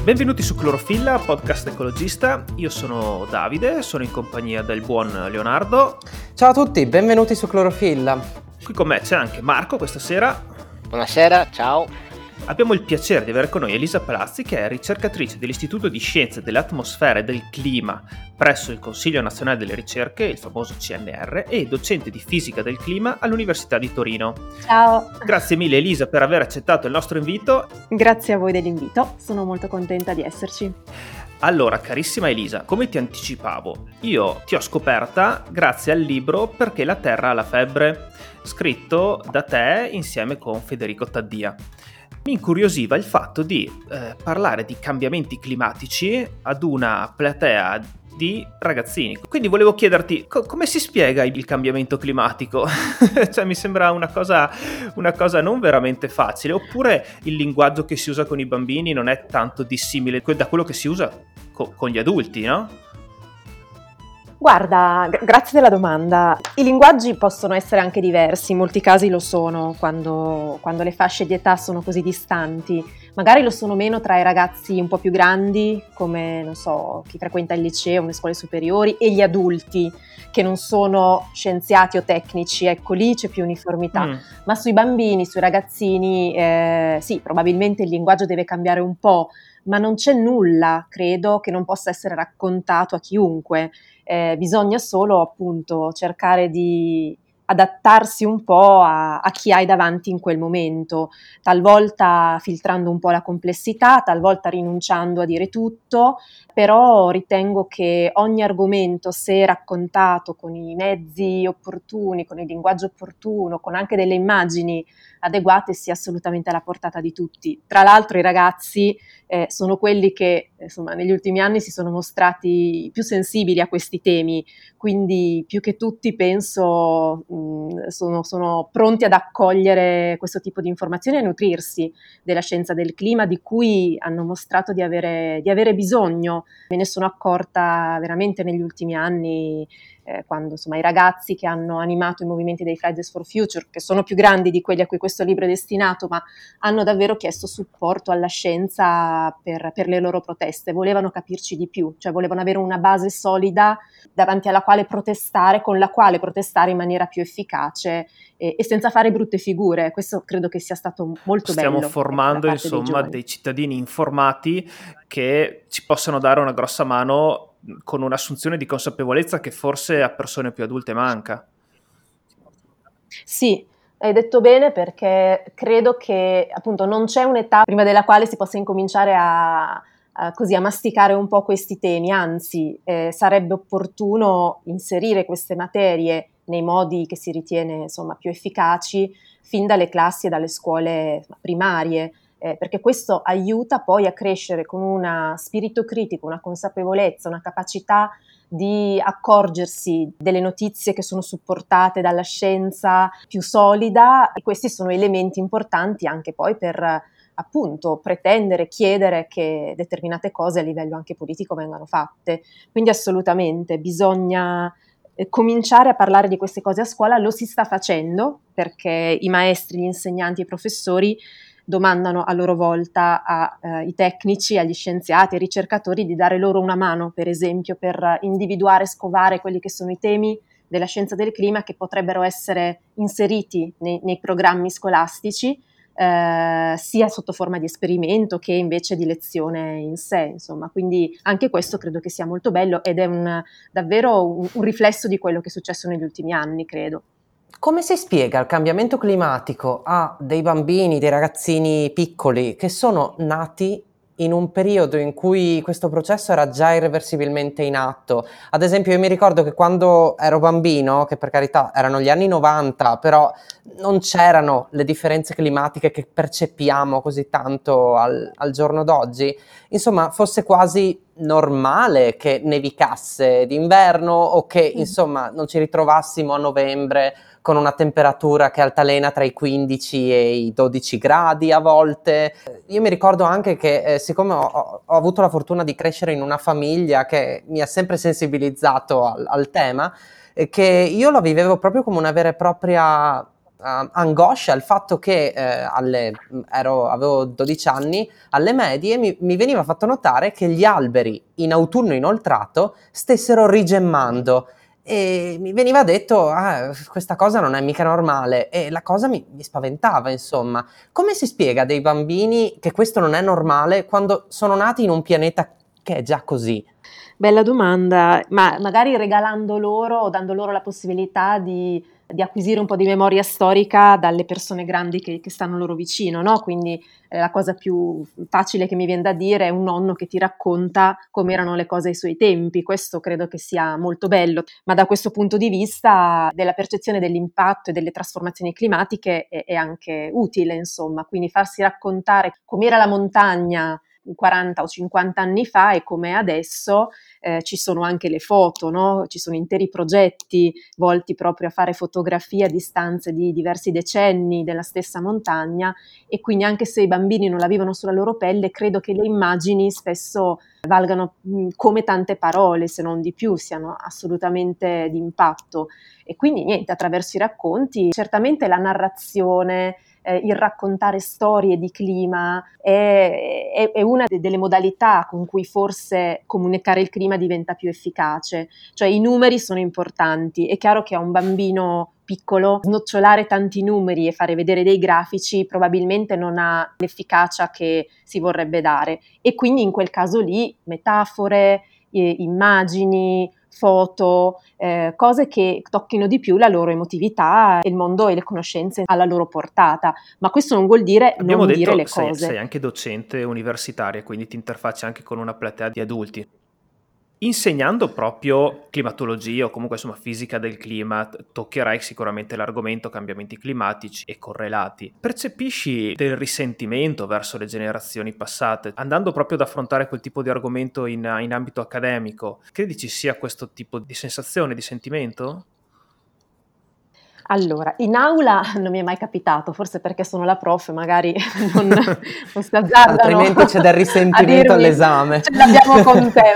Benvenuti su Clorofilla, podcast ecologista. Io sono Davide, sono in compagnia del buon Leonardo. Ciao a tutti, benvenuti su Clorofilla. Qui con me c'è anche Marco questa sera. Buonasera, ciao. Abbiamo il piacere di avere con noi Elisa Palazzi, che è ricercatrice dell'Istituto di Scienze dell'Atmosfera e del Clima presso il Consiglio Nazionale delle Ricerche, il famoso CNR, e docente di Fisica del Clima all'Università di Torino. Ciao. Grazie mille Elisa per aver accettato il nostro invito. Grazie a voi dell'invito, sono molto contenta di esserci. Allora, carissima Elisa, come ti anticipavo, io ti ho scoperta grazie al libro Perché la Terra ha la febbre, scritto da te insieme con Federico Taddia. Mi incuriosiva il fatto di parlare di cambiamenti climatici ad una platea di ragazzini. Quindi volevo chiederti come si spiega il cambiamento climatico? Cioè mi sembra una cosa non veramente facile, oppure il linguaggio che si usa con i bambini non è tanto dissimile da quello che si usa con gli adulti, no? Guarda, grazie della domanda. I linguaggi possono essere anche diversi, in molti casi lo sono quando le fasce di età sono così distanti. Magari lo sono meno tra i ragazzi un po' più grandi, come, non so, chi frequenta il liceo, le scuole superiori, e gli adulti, che non sono scienziati o tecnici. Ecco, lì c'è più uniformità. Ma sui bambini, sui ragazzini, sì, probabilmente il linguaggio deve cambiare un po', ma non c'è nulla, credo, che non possa essere raccontato a chiunque. Bisogna solo appunto cercare di adattarsi un po' a chi hai davanti in quel momento, talvolta filtrando un po' la complessità, talvolta rinunciando a dire tutto, però ritengo che ogni argomento, se raccontato con i mezzi opportuni, con il linguaggio opportuno, con anche delle immagini adeguate, sia assolutamente alla portata di tutti. Tra l'altro i ragazzi sono quelli che insomma negli ultimi anni si sono mostrati più sensibili a questi temi, quindi più che tutti penso sono pronti ad accogliere questo tipo di informazioni e a nutrirsi della scienza del clima, di cui hanno mostrato di avere bisogno. Me ne sono accorta veramente negli ultimi anni, quando insomma i ragazzi che hanno animato i movimenti dei Fridays for Future, che sono più grandi di quelli a cui questo libro è destinato, ma hanno davvero chiesto supporto alla scienza per le loro proteste, volevano capirci di più, cioè volevano avere una base solida davanti alla quale protestare, con la quale protestare in maniera più efficace e senza fare brutte figure. Questo credo che sia stato molto bello. Stiamo formando insomma dei cittadini informati che ci possano dare una grossa mano con un'assunzione di consapevolezza che forse a persone più adulte manca. Sì, hai detto bene, perché credo che appunto non c'è un'età prima della quale si possa incominciare a masticare un po' questi temi, anzi sarebbe opportuno inserire queste materie nei modi che si ritiene insomma più efficaci fin dalle classi e dalle scuole primarie, perché questo aiuta poi a crescere con un spirito critico, una consapevolezza, una capacità di accorgersi delle notizie che sono supportate dalla scienza più solida, e questi sono elementi importanti anche poi per appunto pretendere, chiedere che determinate cose a livello anche politico vengano fatte. Quindi assolutamente bisogna cominciare a parlare di queste cose a scuola. Lo si sta facendo, perché i maestri, gli insegnanti e i professori domandano a loro volta ai tecnici, agli scienziati, ai ricercatori di dare loro una mano, per esempio, per individuare, scovare quelli che sono i temi della scienza del clima che potrebbero essere inseriti nei programmi scolastici, sia sotto forma di esperimento che invece di lezione in sé, insomma. Quindi anche questo credo che sia molto bello ed è davvero un riflesso di quello che è successo negli ultimi anni, credo. Come si spiega il cambiamento climatico a dei bambini, dei ragazzini piccoli che sono nati in un periodo in cui questo processo era già irreversibilmente in atto? Ad esempio, io mi ricordo che quando ero bambino, che per carità erano gli anni 90, però non c'erano le differenze climatiche che percepiamo così tanto al giorno d'oggi. Insomma, fosse quasi normale che nevicasse d'inverno o che, insomma, non ci ritrovassimo a novembre con una temperatura che altalena tra i 15 e i 12 gradi a volte. Io mi ricordo anche che siccome ho avuto la fortuna di crescere in una famiglia che mi ha sempre sensibilizzato al tema, che io la vivevo proprio come una vera e propria angoscia il fatto che avevo 12 anni, alle medie mi veniva fatto notare che gli alberi in autunno inoltrato stessero rigemmando. E mi veniva detto, questa cosa non è mica normale, e la cosa mi spaventava, insomma. Come si spiega a dei bambini che questo non è normale quando sono nati in un pianeta che è già così? Bella domanda, ma magari regalando loro o dando loro la possibilità di acquisire un po' di memoria storica dalle persone grandi che stanno loro vicino, no? Quindi la cosa più facile che mi viene da dire è un nonno che ti racconta come erano le cose ai suoi tempi. Questo credo che sia molto bello, ma da questo punto di vista della percezione dell'impatto e delle trasformazioni climatiche è anche utile, insomma. Quindi farsi raccontare com'era la montagna 40 o 50 anni fa e come adesso. Ci sono anche le foto, no? Ci sono interi progetti volti proprio a fare fotografie a distanze di diversi decenni della stessa montagna, e quindi anche se i bambini non la vivono sulla loro pelle, credo che le immagini spesso valgano come tante parole, se non di più, siano assolutamente di impatto. E quindi niente, attraverso i racconti, certamente la narrazione, il raccontare storie di clima è una delle modalità con cui forse comunicare il clima diventa più efficace. Cioè i numeri sono importanti, è chiaro che a un bambino piccolo snocciolare tanti numeri e fare vedere dei grafici probabilmente non ha l'efficacia che si vorrebbe dare, e quindi in quel caso lì metafore, immagini, foto, cose che tocchino di più la loro emotività, il mondo e le conoscenze alla loro portata, ma questo non vuol dire Abbiamo non detto, dire le cose. sei anche docente universitaria, quindi ti interfacci anche con una platea di adulti. Insegnando proprio climatologia o comunque insomma fisica del clima, toccherai sicuramente l'argomento cambiamenti climatici e correlati. Percepisci del risentimento verso le generazioni passate, andando proprio ad affrontare quel tipo di argomento in ambito accademico? Credi ci sia questo tipo di sensazione, di sentimento? Allora, in aula non mi è mai capitato, forse perché sono la prof, magari non si azzardano Altrimenti c'è del a risentimento dirmi all'esame. ce l'abbiamo con te,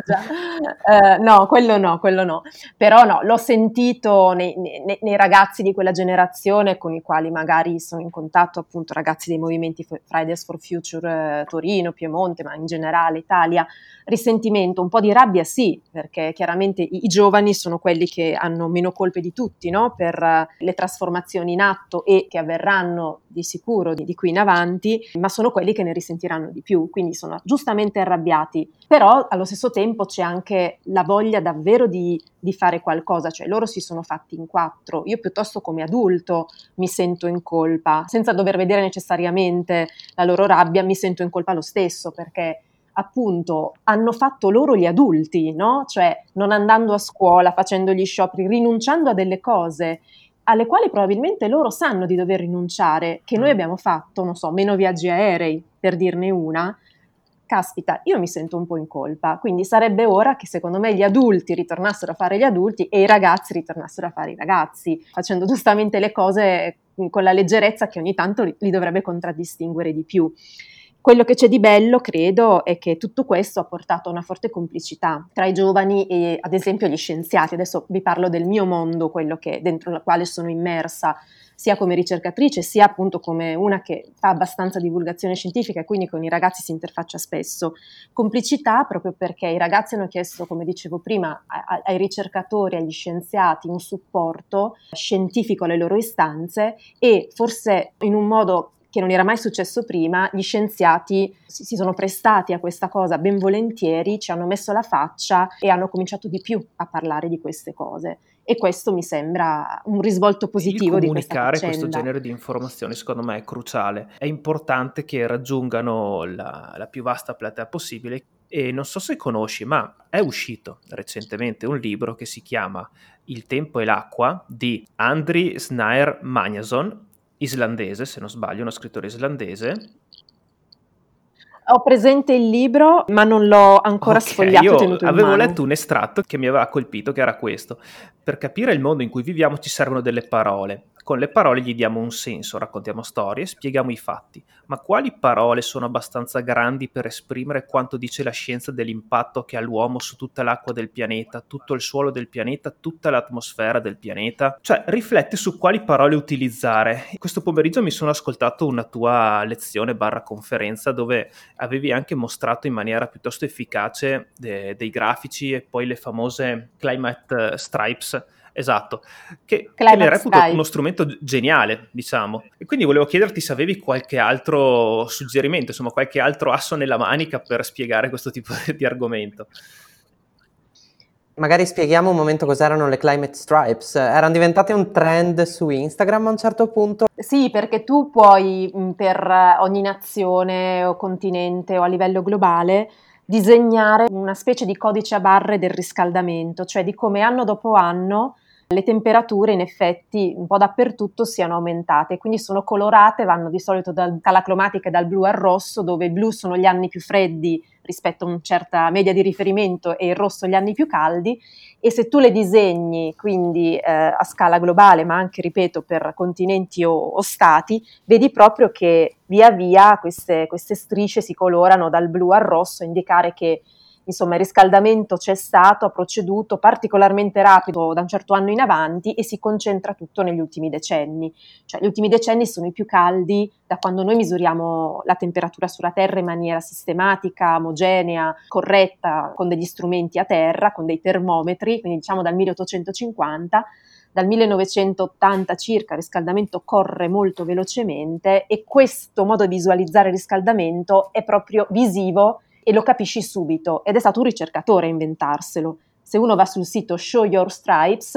mannaggia. No, quello no. Però no, l'ho sentito nei ragazzi di quella generazione con i quali magari sono in contatto, appunto ragazzi dei movimenti Fridays for Future, Torino, Piemonte, ma in generale Italia. Risentimento, un po' di rabbia sì, perché chiaramente i giovani sono quelli che hanno meno colpe di tutti, no? Per le trasformazioni in atto e che avverranno di sicuro di qui in avanti, ma sono quelli che ne risentiranno di più, quindi sono giustamente arrabbiati, però allo stesso tempo c'è anche la voglia davvero di fare qualcosa, cioè loro si sono fatti in 4, io piuttosto come adulto mi sento in colpa, senza dover vedere necessariamente la loro rabbia, mi sento in colpa lo stesso, perché appunto hanno fatto loro gli adulti, no? Cioè non andando a scuola, facendo gli scioperi, rinunciando a delle cose alle quali probabilmente loro sanno di dover rinunciare, che noi abbiamo fatto, non so, meno viaggi aerei, per dirne una. Caspita, io mi sento un po' in colpa, quindi sarebbe ora che secondo me gli adulti ritornassero a fare gli adulti e i ragazzi ritornassero a fare i ragazzi, facendo giustamente le cose con la leggerezza che ogni tanto li dovrebbe contraddistinguere di più. Quello che c'è di bello, credo, è che tutto questo ha portato a una forte complicità tra i giovani e, ad esempio, gli scienziati. Adesso vi parlo del mio mondo, quello che, dentro il quale sono immersa, sia come ricercatrice, sia appunto come una che fa abbastanza divulgazione scientifica e quindi con i ragazzi si interfaccia spesso. Complicità proprio perché i ragazzi hanno chiesto, come dicevo prima, ai ricercatori, agli scienziati un supporto scientifico alle loro istanze, e forse in un modo che non era mai successo prima, gli scienziati si sono prestati a questa cosa ben volentieri, ci hanno messo la faccia e hanno cominciato di più a parlare di queste cose. E questo mi sembra un risvolto positivo di questa faccenda. Comunicare questo genere di informazioni secondo me è cruciale. È importante che raggiungano la più vasta platea possibile. E non so se conosci, ma è uscito recentemente un libro che si chiama Il tempo e l'acqua di Andri Snær Magnason, islandese, se non sbaglio, uno scrittore islandese. Ho presente il libro, ma non l'ho ancora sfogliato e tenuto in mano. Avevo letto un estratto che mi aveva colpito, che era questo: per capire il mondo in cui viviamo ci servono delle parole. Con le parole gli diamo un senso, raccontiamo storie, spieghiamo i fatti. Ma quali parole sono abbastanza grandi per esprimere quanto dice la scienza dell'impatto che ha l'uomo su tutta l'acqua del pianeta, tutto il suolo del pianeta, tutta l'atmosfera del pianeta? Cioè, rifletti su quali parole utilizzare. Questo pomeriggio mi sono ascoltato una tua lezione barra conferenza dove avevi anche mostrato in maniera piuttosto efficace dei grafici e poi le famose climate stripes. Esatto, che le Climate reputo uno Stripe. strumento geniale, diciamo. E quindi volevo chiederti se avevi qualche altro suggerimento, insomma, qualche altro asso nella manica per spiegare questo tipo di argomento. Magari spieghiamo un momento cos'erano le climate stripes. Erano diventate un trend su Instagram a un certo punto. Sì, perché tu puoi per ogni nazione o continente o a livello globale disegnare una specie di codice a barre del riscaldamento, cioè di come anno dopo anno le temperature in effetti un po' dappertutto siano aumentate, quindi sono colorate, vanno di solito dalla cromatica dal blu al rosso, dove il blu sono gli anni più freddi rispetto a una certa media di riferimento e il rosso gli anni più caldi, e se tu le disegni quindi a scala globale, ma anche, ripeto, per continenti o stati, vedi proprio che via via queste strisce si colorano dal blu al rosso, a indicare che insomma il riscaldamento c'è stato, ha proceduto particolarmente rapido da un certo anno in avanti e si concentra tutto negli ultimi decenni. Cioè gli ultimi decenni sono i più caldi da quando noi misuriamo la temperatura sulla Terra in maniera sistematica, omogenea, corretta, con degli strumenti a terra, con dei termometri, quindi diciamo dal 1850. Dal 1980 circa il riscaldamento corre molto velocemente e questo modo di visualizzare il riscaldamento è proprio visivo e lo capisci subito, ed è stato un ricercatore a inventarselo. Se uno va sul sito Show Your Stripes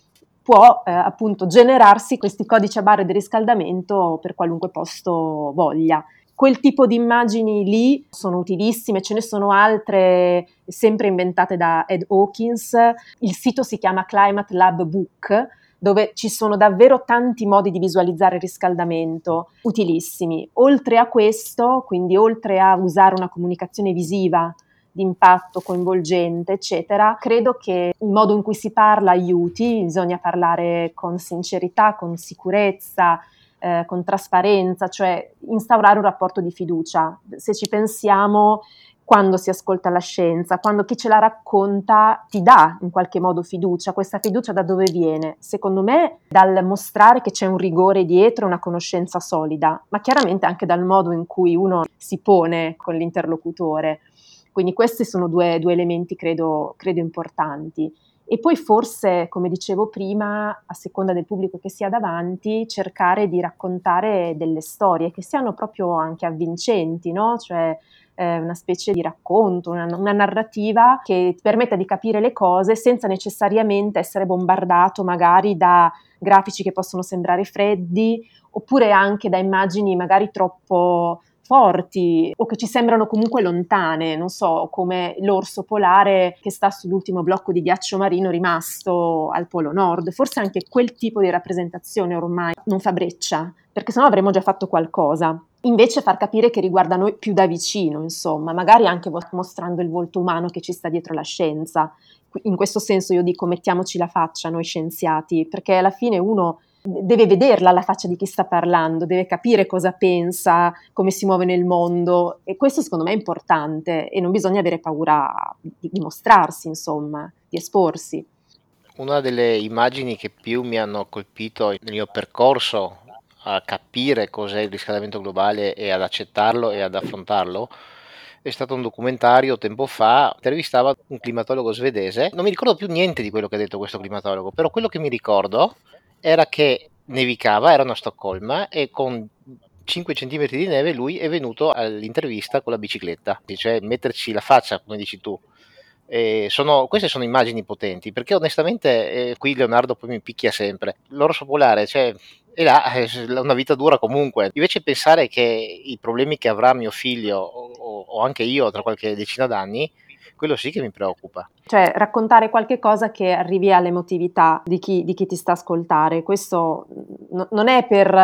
può appunto generarsi questi codici a barre di riscaldamento per qualunque posto voglia. Quel tipo di immagini lì sono utilissime, ce ne sono altre sempre inventate da Ed Hawkins. Il sito si chiama Climate Lab Book, dove ci sono davvero tanti modi di visualizzare il riscaldamento utilissimi. Oltre a questo, quindi oltre a usare una comunicazione visiva di impatto coinvolgente, eccetera, credo che il modo in cui si parla aiuti, bisogna parlare con sincerità, con sicurezza, con trasparenza, cioè instaurare un rapporto di fiducia. Se ci pensiamo, quando si ascolta la scienza, quando chi ce la racconta ti dà in qualche modo fiducia. Questa fiducia da dove viene? Secondo me dal mostrare che c'è un rigore dietro, una conoscenza solida, ma chiaramente anche dal modo in cui uno si pone con l'interlocutore. Quindi questi sono due elementi credo importanti. E poi forse, come dicevo prima, a seconda del pubblico che si ha davanti, cercare di raccontare delle storie che siano proprio anche avvincenti, no? Cioè una specie di racconto, una narrativa che ti permetta di capire le cose senza necessariamente essere bombardato magari da grafici che possono sembrare freddi, oppure anche da immagini magari troppo forti o che ci sembrano comunque lontane, non so, come l'orso polare che sta sull'ultimo blocco di ghiaccio marino rimasto al Polo Nord. Forse anche quel tipo di rappresentazione ormai non fa breccia, perché sennò avremmo già fatto qualcosa. Invece far capire che riguarda noi più da vicino, insomma, magari anche mostrando il volto umano che ci sta dietro la scienza. In questo senso io dico mettiamoci la faccia noi scienziati, perché alla fine uno deve vederla la faccia di chi sta parlando, deve capire cosa pensa, come si muove nel mondo, e questo secondo me è importante e non bisogna avere paura di mostrarsi, insomma, di esporsi. Una delle immagini che più mi hanno colpito nel mio percorso a capire cos'è il riscaldamento globale e ad accettarlo e ad affrontarlo è stato un documentario tempo fa, intervistava un climatologo svedese. Non mi ricordo più niente di quello che ha detto questo climatologo, però quello che mi ricordo era che nevicava, erano a Stoccolma e con 5 centimetri di neve lui è venuto all'intervista con la bicicletta, cioè metterci la faccia, come dici tu. Queste sono immagini potenti, perché onestamente qui Leonardo poi mi picchia sempre. L'orso polare, cioè, è là, una vita dura comunque. Invece pensare che i problemi che avrà mio figlio o anche io tra qualche decina d'anni, quello sì che mi preoccupa. Cioè raccontare qualche cosa che arrivi all'emotività di chi ti sta ascoltare. Questo non è per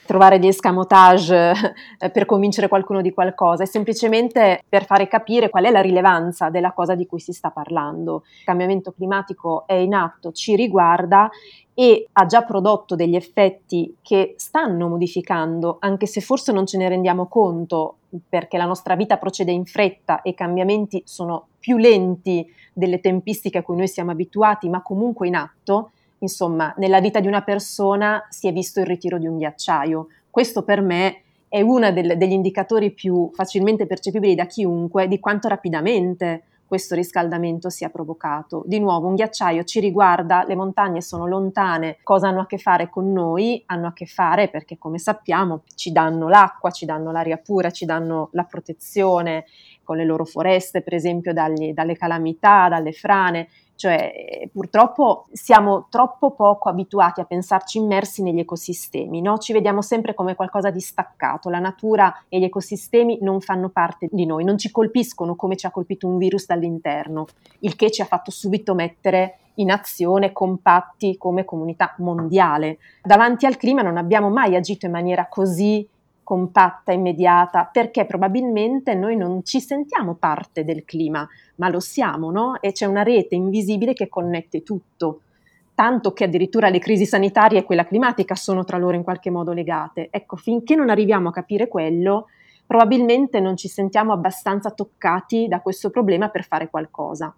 trovare gli escamotage per convincere qualcuno di qualcosa, è semplicemente per fare capire qual è la rilevanza della cosa di cui si sta parlando. Il cambiamento climatico è in atto, ci riguarda e ha già prodotto degli effetti che stanno modificando, anche se forse non ce ne rendiamo conto, perché la nostra vita procede in fretta e i cambiamenti sono più lenti delle tempistiche a cui noi siamo abituati, ma comunque in atto. Insomma, nella vita di una persona si è visto il ritiro di un ghiacciaio. Questo per me è uno degli indicatori più facilmente percepibili da chiunque di quanto rapidamente questo riscaldamento sia provocato. Di nuovo, un ghiacciaio ci riguarda, le montagne sono lontane, cosa hanno a che fare con noi? Hanno a che fare perché, come sappiamo, ci danno l'acqua, ci danno l'aria pura, ci danno la protezione con le loro foreste, per esempio, dalle calamità, dalle frane. Cioè, purtroppo siamo troppo poco abituati a pensarci immersi negli ecosistemi, no? Ci vediamo sempre come qualcosa di staccato, la natura e gli ecosistemi non fanno parte di noi, non ci colpiscono come ci ha colpito un virus dall'interno, il che ci ha fatto subito mettere in azione compatti come comunità mondiale. Davanti al clima non abbiamo mai agito in maniera così compatta, immediata, perché probabilmente noi non ci sentiamo parte del clima, ma lo siamo, no? E c'è una rete invisibile che connette tutto, tanto che addirittura le crisi sanitarie e quella climatica sono tra loro in qualche modo legate. Ecco, finché non arriviamo a capire quello, probabilmente non ci sentiamo abbastanza toccati da questo problema per fare qualcosa.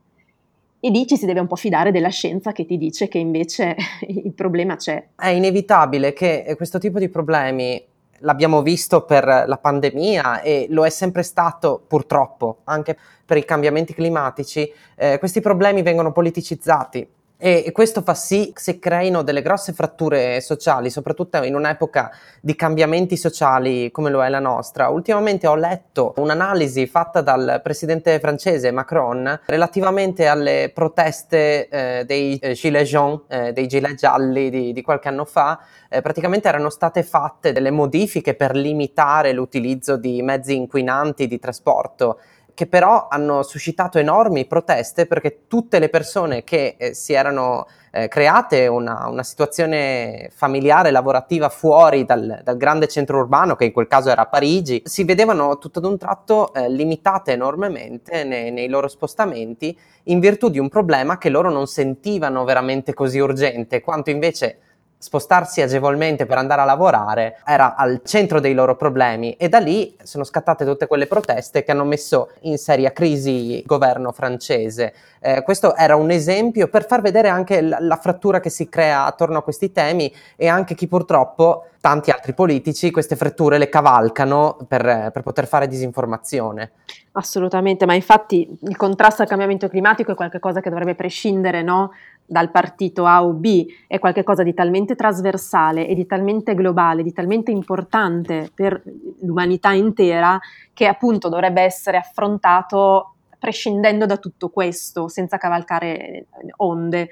E lì ci si deve un po' fidare della scienza che ti dice che invece il problema c'è. È inevitabile che questo tipo di problemi, l'abbiamo visto per la pandemia e lo è sempre stato purtroppo anche per i cambiamenti climatici, questi problemi vengono politicizzati e questo fa sì che si creino delle grosse fratture sociali, soprattutto in un'epoca di cambiamenti sociali come lo è la nostra. Ultimamente ho letto un'analisi fatta dal presidente francese Macron relativamente alle proteste dei Gilets jaunes, dei gilet gialli di qualche anno fa. Praticamente erano state fatte delle modifiche per limitare l'utilizzo di mezzi inquinanti di trasporto, che però hanno suscitato enormi proteste perché tutte le persone che si erano create una situazione familiare, lavorativa fuori dal grande centro urbano, che in quel caso era Parigi, si vedevano tutto ad un tratto limitate enormemente nei loro spostamenti in virtù di un problema che loro non sentivano veramente così urgente, quanto invece spostarsi agevolmente per andare a lavorare era al centro dei loro problemi, e da lì sono scattate tutte quelle proteste che hanno messo in seria crisi il governo francese. Questo era un esempio per far vedere anche la frattura che si crea attorno a questi temi, e anche chi purtroppo, tanti altri politici, queste fratture le cavalcano per poter fare disinformazione. Assolutamente, ma infatti il contrasto al cambiamento climatico è qualcosa che dovrebbe prescindere, no, dal partito A o B, è qualcosa di talmente trasversale e di talmente globale, di talmente importante per l'umanità intera, che appunto dovrebbe essere affrontato prescindendo da tutto questo, senza cavalcare onde.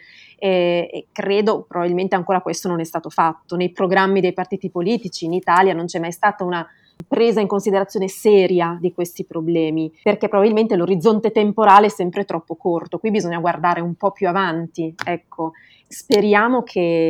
E credo probabilmente ancora questo non è stato fatto. Nei programmi dei partiti politici in Italia non c'è mai stata una presa in considerazione seria di questi problemi, perché probabilmente l'orizzonte temporale è sempre troppo corto. Qui bisogna guardare un po' più avanti, ecco. Speriamo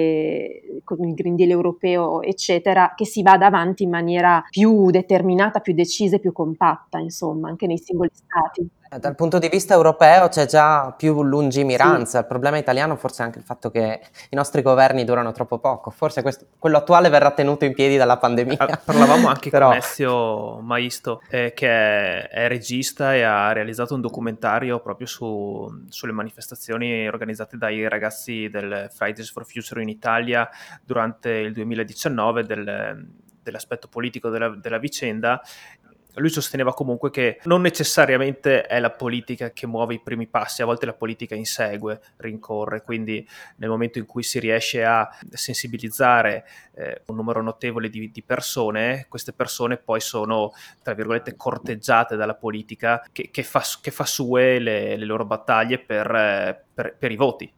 che con il Green Deal europeo, eccetera, che si vada avanti in maniera più determinata, più decisa e più compatta, insomma, anche nei singoli stati. Dal punto di vista europeo c'è già più lungimiranza. Sì. Il problema italiano forse è anche il fatto che i nostri governi durano troppo poco. Forse quello attuale verrà tenuto in piedi dalla pandemia. Parlavamo anche Però con Ezio Maisto, che è regista e ha realizzato un documentario proprio sulle manifestazioni organizzate dai ragazzi del Fridays for Future in Italia durante il 2019, dell'aspetto politico della vicenda. Lui sosteneva comunque che non necessariamente è la politica che muove i primi passi, a volte la politica insegue, rincorre, quindi nel momento in cui si riesce a sensibilizzare un numero notevole di persone, queste persone poi sono, tra virgolette, corteggiate dalla politica che fa sue le loro battaglie per i voti.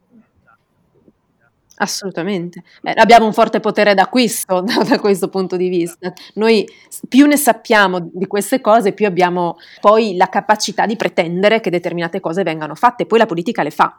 Assolutamente. Abbiamo un forte potere d'acquisto da questo punto di vista. Noi più ne sappiamo di queste cose, più abbiamo poi la capacità di pretendere che determinate cose vengano fatte. Poi la politica le fa.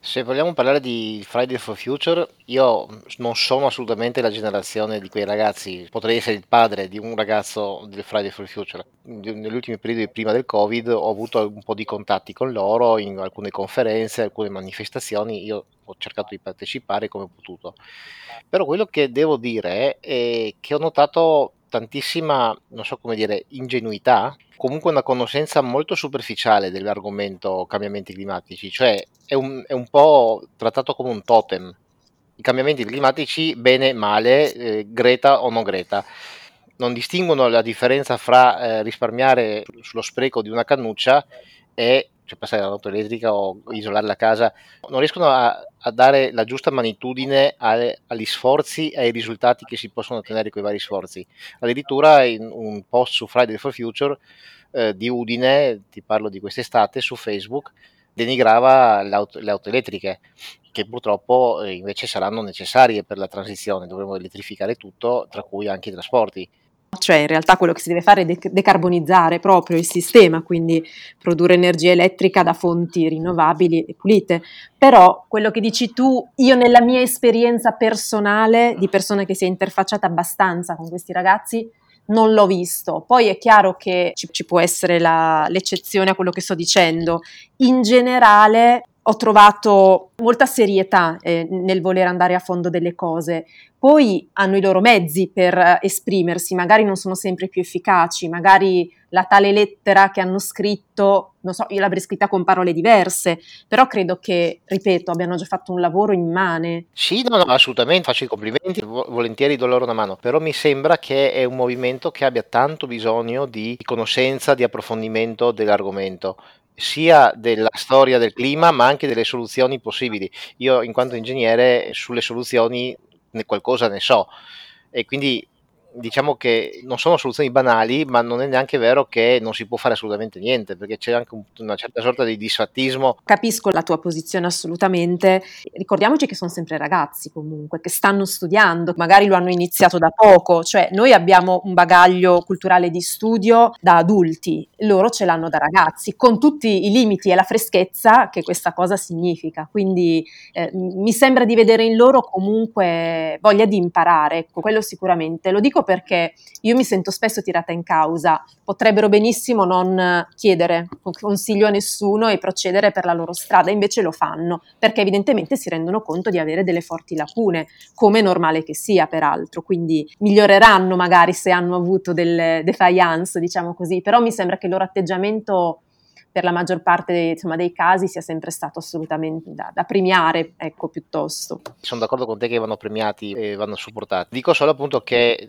Se vogliamo parlare di Friday for Future, io non sono assolutamente la generazione di quei ragazzi, potrei essere il padre di un ragazzo del Friday for Future. Negli ultimi periodi prima del Covid ho avuto un po' di contatti con loro in alcune conferenze, alcune manifestazioni, io ho cercato di partecipare come ho potuto. Però quello che devo dire è che ho notato tantissima, non so come dire, ingenuità, comunque una conoscenza molto superficiale dell'argomento cambiamenti climatici, cioè è un po' trattato come un totem. I cambiamenti climatici, bene, male, Greta o non Greta. Non distinguono la differenza fra risparmiare sullo spreco di una cannuccia e cioè passare all'auto elettrica o isolare la casa. Non riescono a dare la giusta magnitudine agli sforzi e ai risultati che si possono ottenere con i vari sforzi. Addirittura in un post su Friday for Future di Udine, ti parlo di quest'estate, su Facebook, denigrava le auto elettriche, che purtroppo invece saranno necessarie per la transizione, dovremo elettrificare tutto, tra cui anche i trasporti. Cioè in realtà quello che si deve fare è decarbonizzare proprio il sistema, quindi produrre energia elettrica da fonti rinnovabili e pulite. Però quello che dici tu, io nella mia esperienza personale di persona che si è interfacciata abbastanza con questi ragazzi, non l'ho visto. Poi è chiaro che ci può essere l'eccezione a quello che sto dicendo. In generale ho trovato molta serietà nel voler andare a fondo delle cose. Poi hanno i loro mezzi per esprimersi, magari non sono sempre più efficaci, magari la tale lettera che hanno scritto, non so, io l'avrei scritta con parole diverse, però credo che, ripeto, abbiano già fatto un lavoro immane. Sì, no, no, assolutamente, faccio i complimenti, volentieri do loro una mano, però mi sembra che è un movimento che abbia tanto bisogno di conoscenza, di approfondimento dell'argomento, sia della storia del clima, ma anche delle soluzioni possibili. Io, in quanto ingegnere, sulle soluzioni qualcosa ne so, e quindi diciamo che non sono soluzioni banali, ma non è neanche vero che non si può fare assolutamente niente, perché c'è anche una certa sorta di disfattismo. Capisco la tua posizione assolutamente. Ricordiamoci che sono sempre ragazzi comunque, che stanno studiando, magari lo hanno iniziato da poco, cioè noi abbiamo un bagaglio culturale di studio da adulti, loro ce l'hanno da ragazzi, con tutti i limiti e la freschezza che questa cosa significa. Quindi mi sembra di vedere in loro comunque voglia di imparare, ecco, quello sicuramente. Lo dico perché io mi sento spesso tirata in causa, potrebbero benissimo non chiedere consiglio a nessuno e procedere per la loro strada, invece lo fanno, perché evidentemente si rendono conto di avere delle forti lacune, come è normale che sia peraltro, quindi miglioreranno magari se hanno avuto delle defiance, diciamo così, però mi sembra che il loro atteggiamento per la maggior parte insomma, dei casi sia sempre stato assolutamente da premiare, ecco, piuttosto. Sono d'accordo con te che vanno premiati e vanno supportati. Dico solo appunto che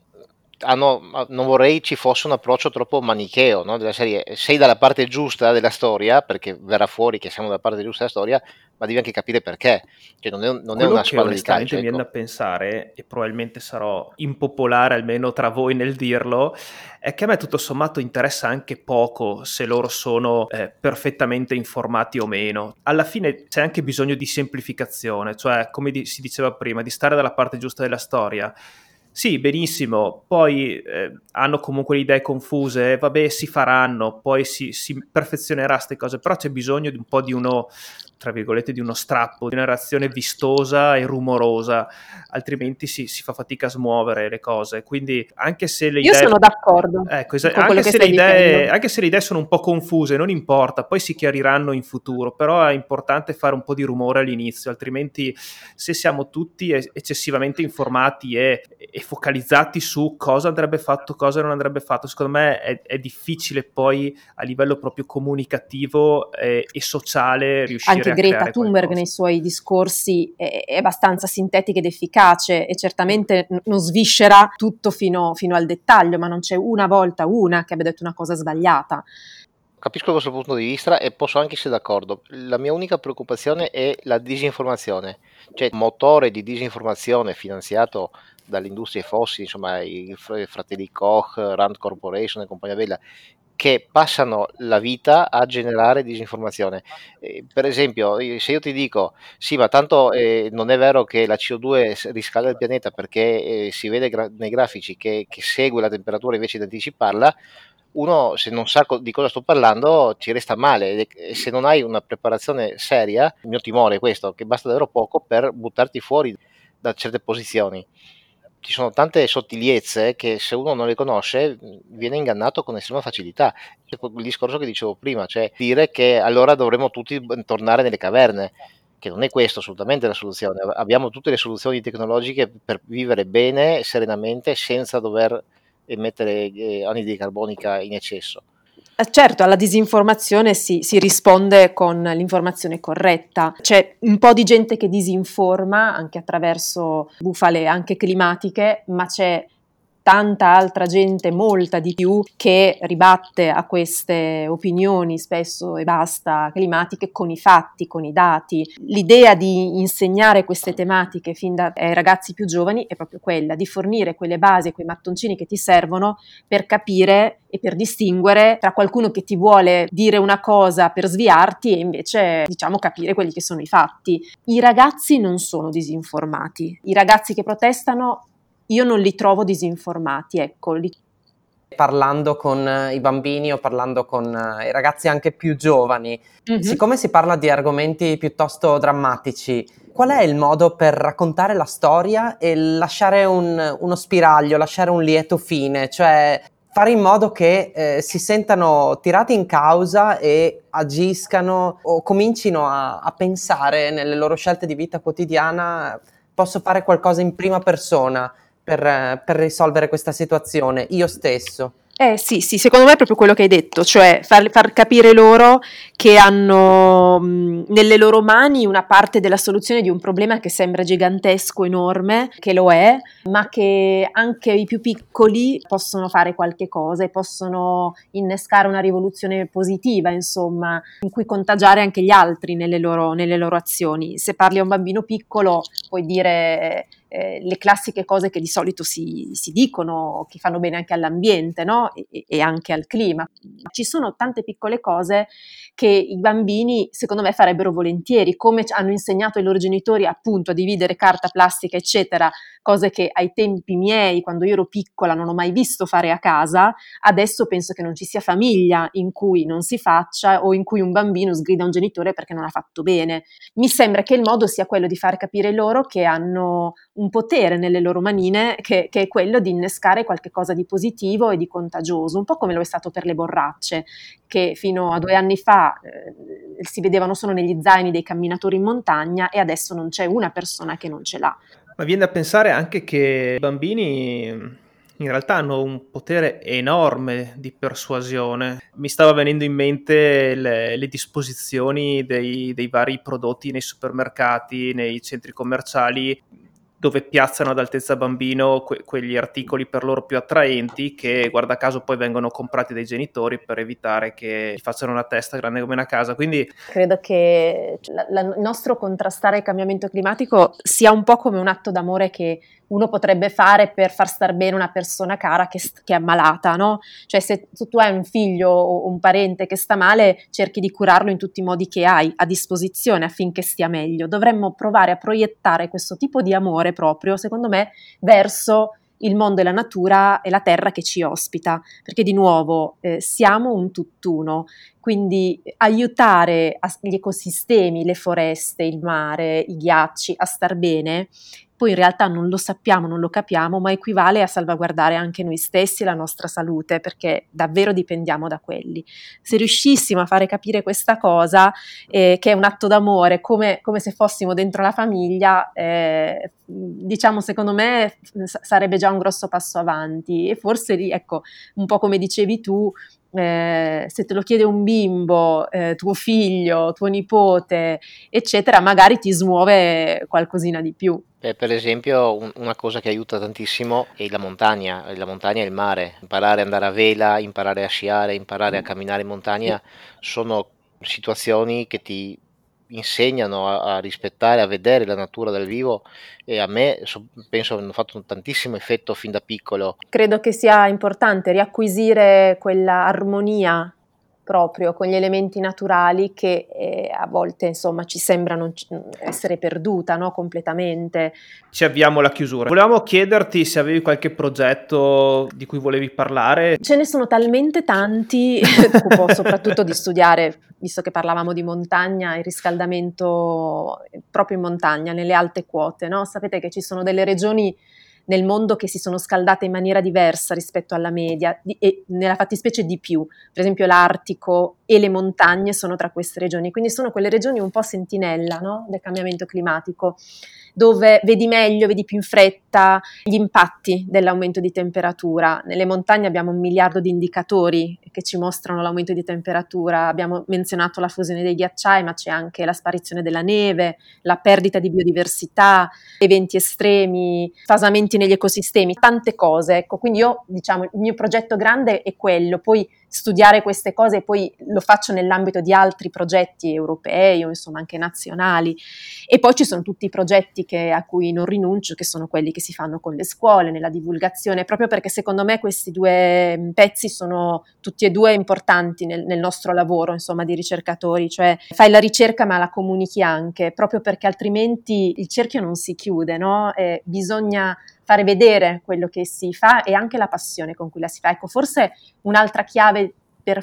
non vorrei ci fosse un approccio troppo manicheo, no? Della serie, sei dalla parte giusta della storia, perché verrà fuori che siamo dalla parte giusta della storia, ma devi anche capire perché. Cioè non è Quello una che squadra di onestamente calcio, mi viene ecco. da pensare, e probabilmente sarò impopolare almeno tra voi nel dirlo, è che a me tutto sommato interessa anche poco se loro sono perfettamente informati o meno. Alla fine c'è anche bisogno di semplificazione, cioè come si diceva prima, di stare dalla parte giusta della storia. Sì, benissimo, poi hanno comunque le idee confuse, vabbè, si faranno, poi si perfezionerà queste cose, però c'è bisogno di un po' di uno, tra virgolette, di uno strappo, di una reazione vistosa e rumorosa, altrimenti si fa fatica a smuovere le cose. Quindi anche se le Io idee... sono d'accordo Ecco, con quello che stai dicendo. anche se le idee sono un po' confuse, non importa, poi si chiariranno in futuro, però è importante fare un po' di rumore all'inizio, altrimenti se siamo tutti eccessivamente informati e focalizzati su cosa andrebbe fatto, cosa non andrebbe fatto, secondo me è difficile poi a livello proprio comunicativo e sociale riuscire Anche a Greta creare Thunberg qualcosa. nei suoi discorsi è abbastanza sintetica ed efficace e certamente non sviscera tutto fino al dettaglio, ma non c'è una volta una che abbia detto una cosa sbagliata. Capisco il vostro punto di vista e posso anche essere d'accordo. La mia unica preoccupazione è la disinformazione, cioè il motore di disinformazione finanziato dalle industrie fossili, insomma i fratelli Koch, Rand Corporation e compagnia bella, che passano la vita a generare disinformazione. Per esempio, se io ti dico, sì, ma tanto non è vero che la CO2 riscalda il pianeta perché si vede nei grafici che segue la temperatura invece di anticiparla, uno se non sa di cosa sto parlando ci resta male, e se non hai una preparazione seria, il mio timore è questo, che basta davvero poco per buttarti fuori da certe posizioni. Ci sono tante sottigliezze che se uno non le conosce viene ingannato con estrema facilità. È il discorso che dicevo prima, cioè dire che allora dovremmo tutti tornare nelle caverne, che non è questo assolutamente la soluzione. Abbiamo tutte le soluzioni tecnologiche per vivere bene, serenamente, senza dover emettere anidride carbonica in eccesso. Certo, alla disinformazione si risponde con l'informazione corretta. C'è un po' di gente che disinforma anche attraverso bufale anche climatiche, ma c'è tanta altra gente, molta di più, che ribatte a queste opinioni spesso e basta climatiche con i fatti, con i dati. L'idea di insegnare queste tematiche fin ai ragazzi più giovani è proprio quella, di fornire quelle basi e quei mattoncini che ti servono per capire e per distinguere tra qualcuno che ti vuole dire una cosa per sviarti e invece, diciamo, capire quelli che sono i fatti. I ragazzi non sono disinformati. I ragazzi che protestano io non li trovo disinformati, ecco. Parlando con i bambini o parlando con i ragazzi anche più giovani, siccome si parla di argomenti piuttosto drammatici, qual è il modo per raccontare la storia e lasciare uno spiraglio, lasciare un lieto fine, cioè fare in modo che si sentano tirati in causa e agiscano o comincino a pensare nelle loro scelte di vita quotidiana, posso fare qualcosa in prima persona per risolvere questa situazione, io stesso. Sì, secondo me è proprio quello che hai detto, cioè far capire loro che hanno nelle loro mani una parte della soluzione di un problema che sembra gigantesco, enorme, che lo è, ma che anche i più piccoli possono fare qualche cosa e possono innescare una rivoluzione positiva, insomma, in cui contagiare anche gli altri nelle loro azioni. Se parli a un bambino piccolo puoi dire le classiche cose che di solito si dicono, che fanno bene anche all'ambiente, no? E anche al clima. Ci sono tante piccole cose che i bambini, secondo me, farebbero volentieri, come hanno insegnato ai loro genitori appunto a dividere carta, plastica, eccetera, cose che ai tempi miei, quando io ero piccola, non ho mai visto fare a casa. Adesso penso che non ci sia famiglia in cui non si faccia o in cui un bambino sgrida un genitore perché non ha fatto bene. Mi sembra che il modo sia quello di far capire loro che hanno un potere nelle loro manine che è quello di innescare qualche cosa di positivo e di contagioso, un po' come lo è stato per le borracce, che fino a 2 anni fa si vedevano solo negli zaini dei camminatori in montagna e adesso non c'è una persona che non ce l'ha. Ma viene da pensare anche che i bambini in realtà hanno un potere enorme di persuasione. Mi stava venendo in mente le disposizioni dei vari prodotti nei supermercati, nei centri commerciali, dove piazzano ad altezza bambino quegli articoli per loro più attraenti che, guarda caso, poi vengono comprati dai genitori per evitare che gli facciano una testa grande come una casa. Quindi credo che il nostro contrastare il cambiamento climatico sia un po' come un atto d'amore che uno potrebbe fare per far star bene una persona cara che è ammalata, no? Cioè se tu hai un figlio o un parente che sta male, cerchi di curarlo in tutti i modi che hai a disposizione affinché stia meglio. Dovremmo provare a proiettare questo tipo di amore proprio, secondo me, verso il mondo e la natura e la terra che ci ospita, perché di nuovo siamo un tutt'uno, quindi aiutare gli ecosistemi, le foreste, il mare, i ghiacci a star bene, poi in realtà non lo sappiamo, non lo capiamo, ma equivale a salvaguardare anche noi stessi e la nostra salute, perché davvero dipendiamo da quelli. Se riuscissimo a fare capire questa cosa, che è un atto d'amore, come se fossimo dentro la famiglia, diciamo, secondo me sarebbe già un grosso passo avanti. E forse lì, ecco, un po' come dicevi tu, se te lo chiede un bimbo, tuo figlio, tuo nipote, eccetera, magari ti smuove qualcosina di più. Per esempio, una cosa che aiuta tantissimo è la montagna e il mare. Imparare ad andare a vela, imparare a sciare, imparare a camminare in montagna sono situazioni che ti insegnano a rispettare, a vedere la natura dal vivo, e a me penso hanno fatto un tantissimo effetto fin da piccolo. Credo che sia importante riacquisire quella armonia proprio con gli elementi naturali che a volte insomma ci sembrano essere perduta, no? Completamente. Ci avviamo alla chiusura. Volevamo chiederti se avevi qualche progetto di cui volevi parlare. Ce ne sono talmente tanti, soprattutto di studiare, visto che parlavamo di montagna, il riscaldamento proprio in montagna, nelle alte quote, no? Sapete che ci sono delle regioni nel mondo che si sono scaldate in maniera diversa rispetto alla media e nella fattispecie di più. Per esempio l'Artico e le montagne sono tra queste regioni, quindi sono quelle regioni un po' sentinella, no? Del cambiamento climatico, dove vedi meglio, vedi più in fretta gli impatti dell'aumento di temperatura. Nelle montagne abbiamo 1 miliardo di indicatori che ci mostrano l'aumento di temperatura. Abbiamo menzionato la fusione dei ghiacciai, ma c'è anche la sparizione della neve, la perdita di biodiversità, eventi estremi, fasamenti negli ecosistemi, tante cose. Ecco, quindi io, diciamo, il mio progetto grande è quello, poi studiare queste cose, poi lo faccio nell'ambito di altri progetti europei o insomma anche nazionali, e poi ci sono tutti i progetti a cui non rinuncio, che sono quelli che si fanno con le scuole, nella divulgazione, proprio perché secondo me questi 2 pezzi sono tutti e 2 importanti nel nostro lavoro, insomma, di ricercatori, cioè fai la ricerca ma la comunichi anche, proprio perché altrimenti il cerchio non si chiude, no? Bisogna fare vedere quello che si fa e anche la passione con cui la si fa. Ecco, forse un'altra chiave per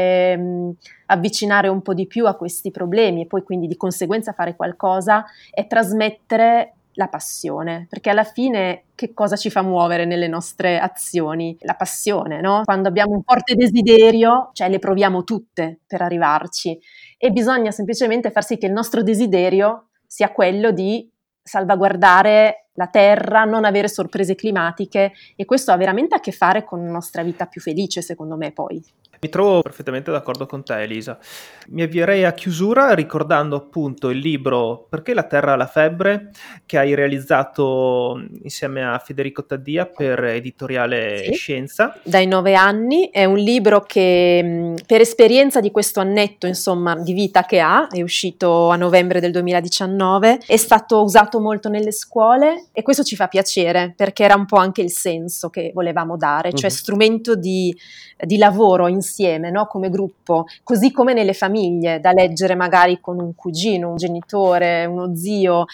fare avvicinare un po' di più a questi problemi e poi quindi di conseguenza fare qualcosa è trasmettere la passione, perché alla fine che cosa ci fa muovere nelle nostre azioni? La passione, no? Quando abbiamo un forte desiderio, cioè le proviamo tutte per arrivarci e bisogna semplicemente far sì che il nostro desiderio sia quello di salvaguardare la terra, non avere sorprese climatiche, e questo ha veramente a che fare con una nostra vita più felice, secondo me, poi. Mi trovo perfettamente d'accordo con te, Elisa. Mi avvierei a chiusura ricordando appunto il libro Perché la Terra ha la febbre, che hai realizzato insieme a Federico Taddia per Editoriale Sì, Scienza. dai 9 anni, è un libro che per esperienza di questo annetto, insomma, di vita che ha, è uscito a novembre del 2019, è stato usato molto nelle scuole e questo ci fa piacere perché era un po' anche il senso che volevamo dare, cioè strumento di lavoro insieme, no? Come gruppo, così come nelle famiglie, da leggere magari con un cugino, un genitore, uno zio,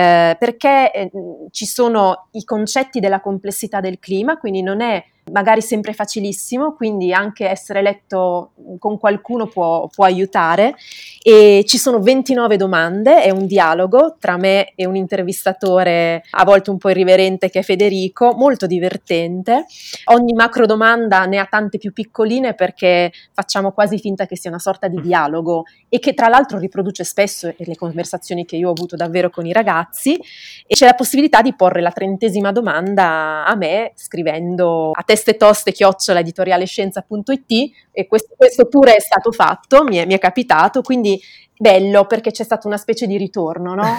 perché ci sono i concetti della complessità del clima, quindi non è magari sempre facilissimo, quindi anche essere letto con qualcuno può aiutare, e ci sono 29 domande, è un dialogo tra me e un intervistatore a volte un po' irriverente che è Federico, molto divertente. Ogni macro domanda ne ha tante più piccoline perché facciamo quasi finta che sia una sorta di dialogo e che tra l'altro riproduce spesso le conversazioni che io ho avuto davvero con i ragazzi, e c'è la possibilità di porre la 30ª domanda a me scrivendo a teste toste @editorialescienza.it, e questo pure è stato fatto, mi è capitato, quindi bello perché c'è stata una specie di ritorno, no?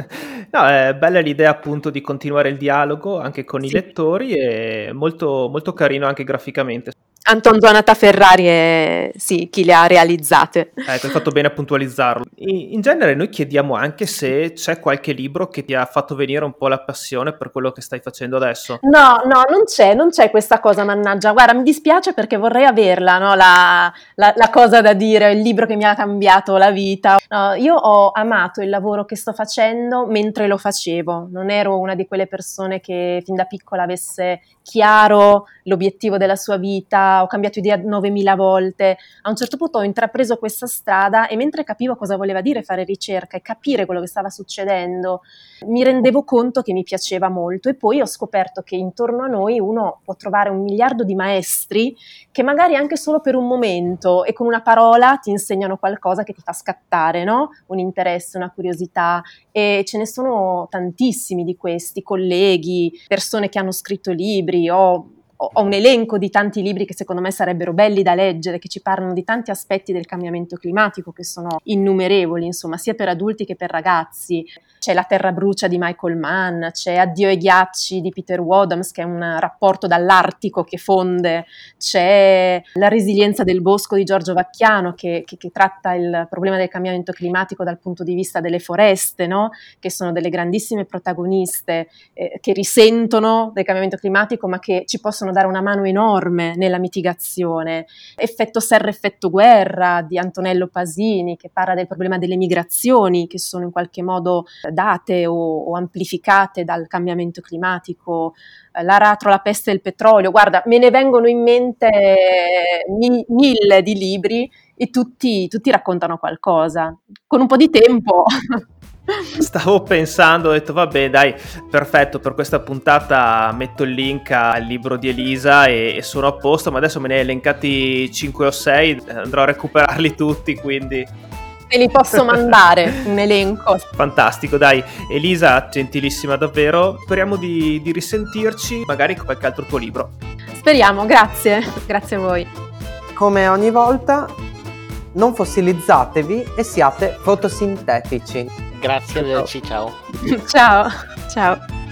No, è bella l'idea appunto di continuare il dialogo anche con i lettori e molto, molto carino anche graficamente. Anton Donata Ferrari è chi le ha realizzate. Ecco, hai fatto bene a puntualizzarlo. In genere noi chiediamo anche se c'è qualche libro che ti ha fatto venire un po' la passione per quello che stai facendo adesso. No, non c'è questa cosa, mannaggia. Guarda, mi dispiace perché vorrei averla, no? La cosa da dire, il libro che mi ha cambiato la vita. No, io ho amato il lavoro che sto facendo mentre lo facevo. Non ero una di quelle persone che fin da piccola avesse chiaro l'obiettivo della sua vita, ho cambiato idea 9000 volte. A un certo punto ho intrapreso questa strada e mentre capivo cosa voleva dire fare ricerca e capire quello che stava succedendo, mi rendevo conto che mi piaceva molto, e poi ho scoperto che intorno a noi uno può trovare 1 miliardo di maestri che magari anche solo per un momento e con una parola ti insegnano qualcosa che ti fa scattare, no? Un interesse, una curiosità, e ce ne sono tantissimi di questi, colleghi, persone che hanno scritto libri. Ho un elenco di tanti libri che secondo me sarebbero belli da leggere, che ci parlano di tanti aspetti del cambiamento climatico che sono innumerevoli, insomma, sia per adulti che per ragazzi. C'è La terra brucia di Michael Mann, c'è Addio ai ghiacci di Peter Wadhams, che è un rapporto dall'Artico che fonde, c'è La resilienza del bosco di Giorgio Vacchiano che tratta il problema del cambiamento climatico dal punto di vista delle foreste, no? Che sono delle grandissime protagoniste che risentono del cambiamento climatico ma che ci possono possono dare una mano enorme nella mitigazione. Effetto serra, effetto guerra di Antonello Pasini, che parla del problema delle migrazioni che sono in qualche modo date o amplificate dal cambiamento climatico. L'aratro, la peste del petrolio, guarda, me ne vengono in mente 1000 di libri e tutti raccontano qualcosa, con un po' di tempo. Stavo pensando, ho detto vabbè dai, perfetto, per questa puntata metto il link al libro di Elisa e sono a posto, ma adesso me ne hai elencati 5 o 6, andrò a recuperarli tutti, quindi... Te li posso mandare, un elenco. Fantastico, dai, Elisa, gentilissima davvero, speriamo di risentirci, magari con qualche altro tuo libro. Speriamo, grazie a voi. Come ogni volta, non fossilizzatevi e siate fotosintetici. Grazie, arrivederci, ciao. Ciao.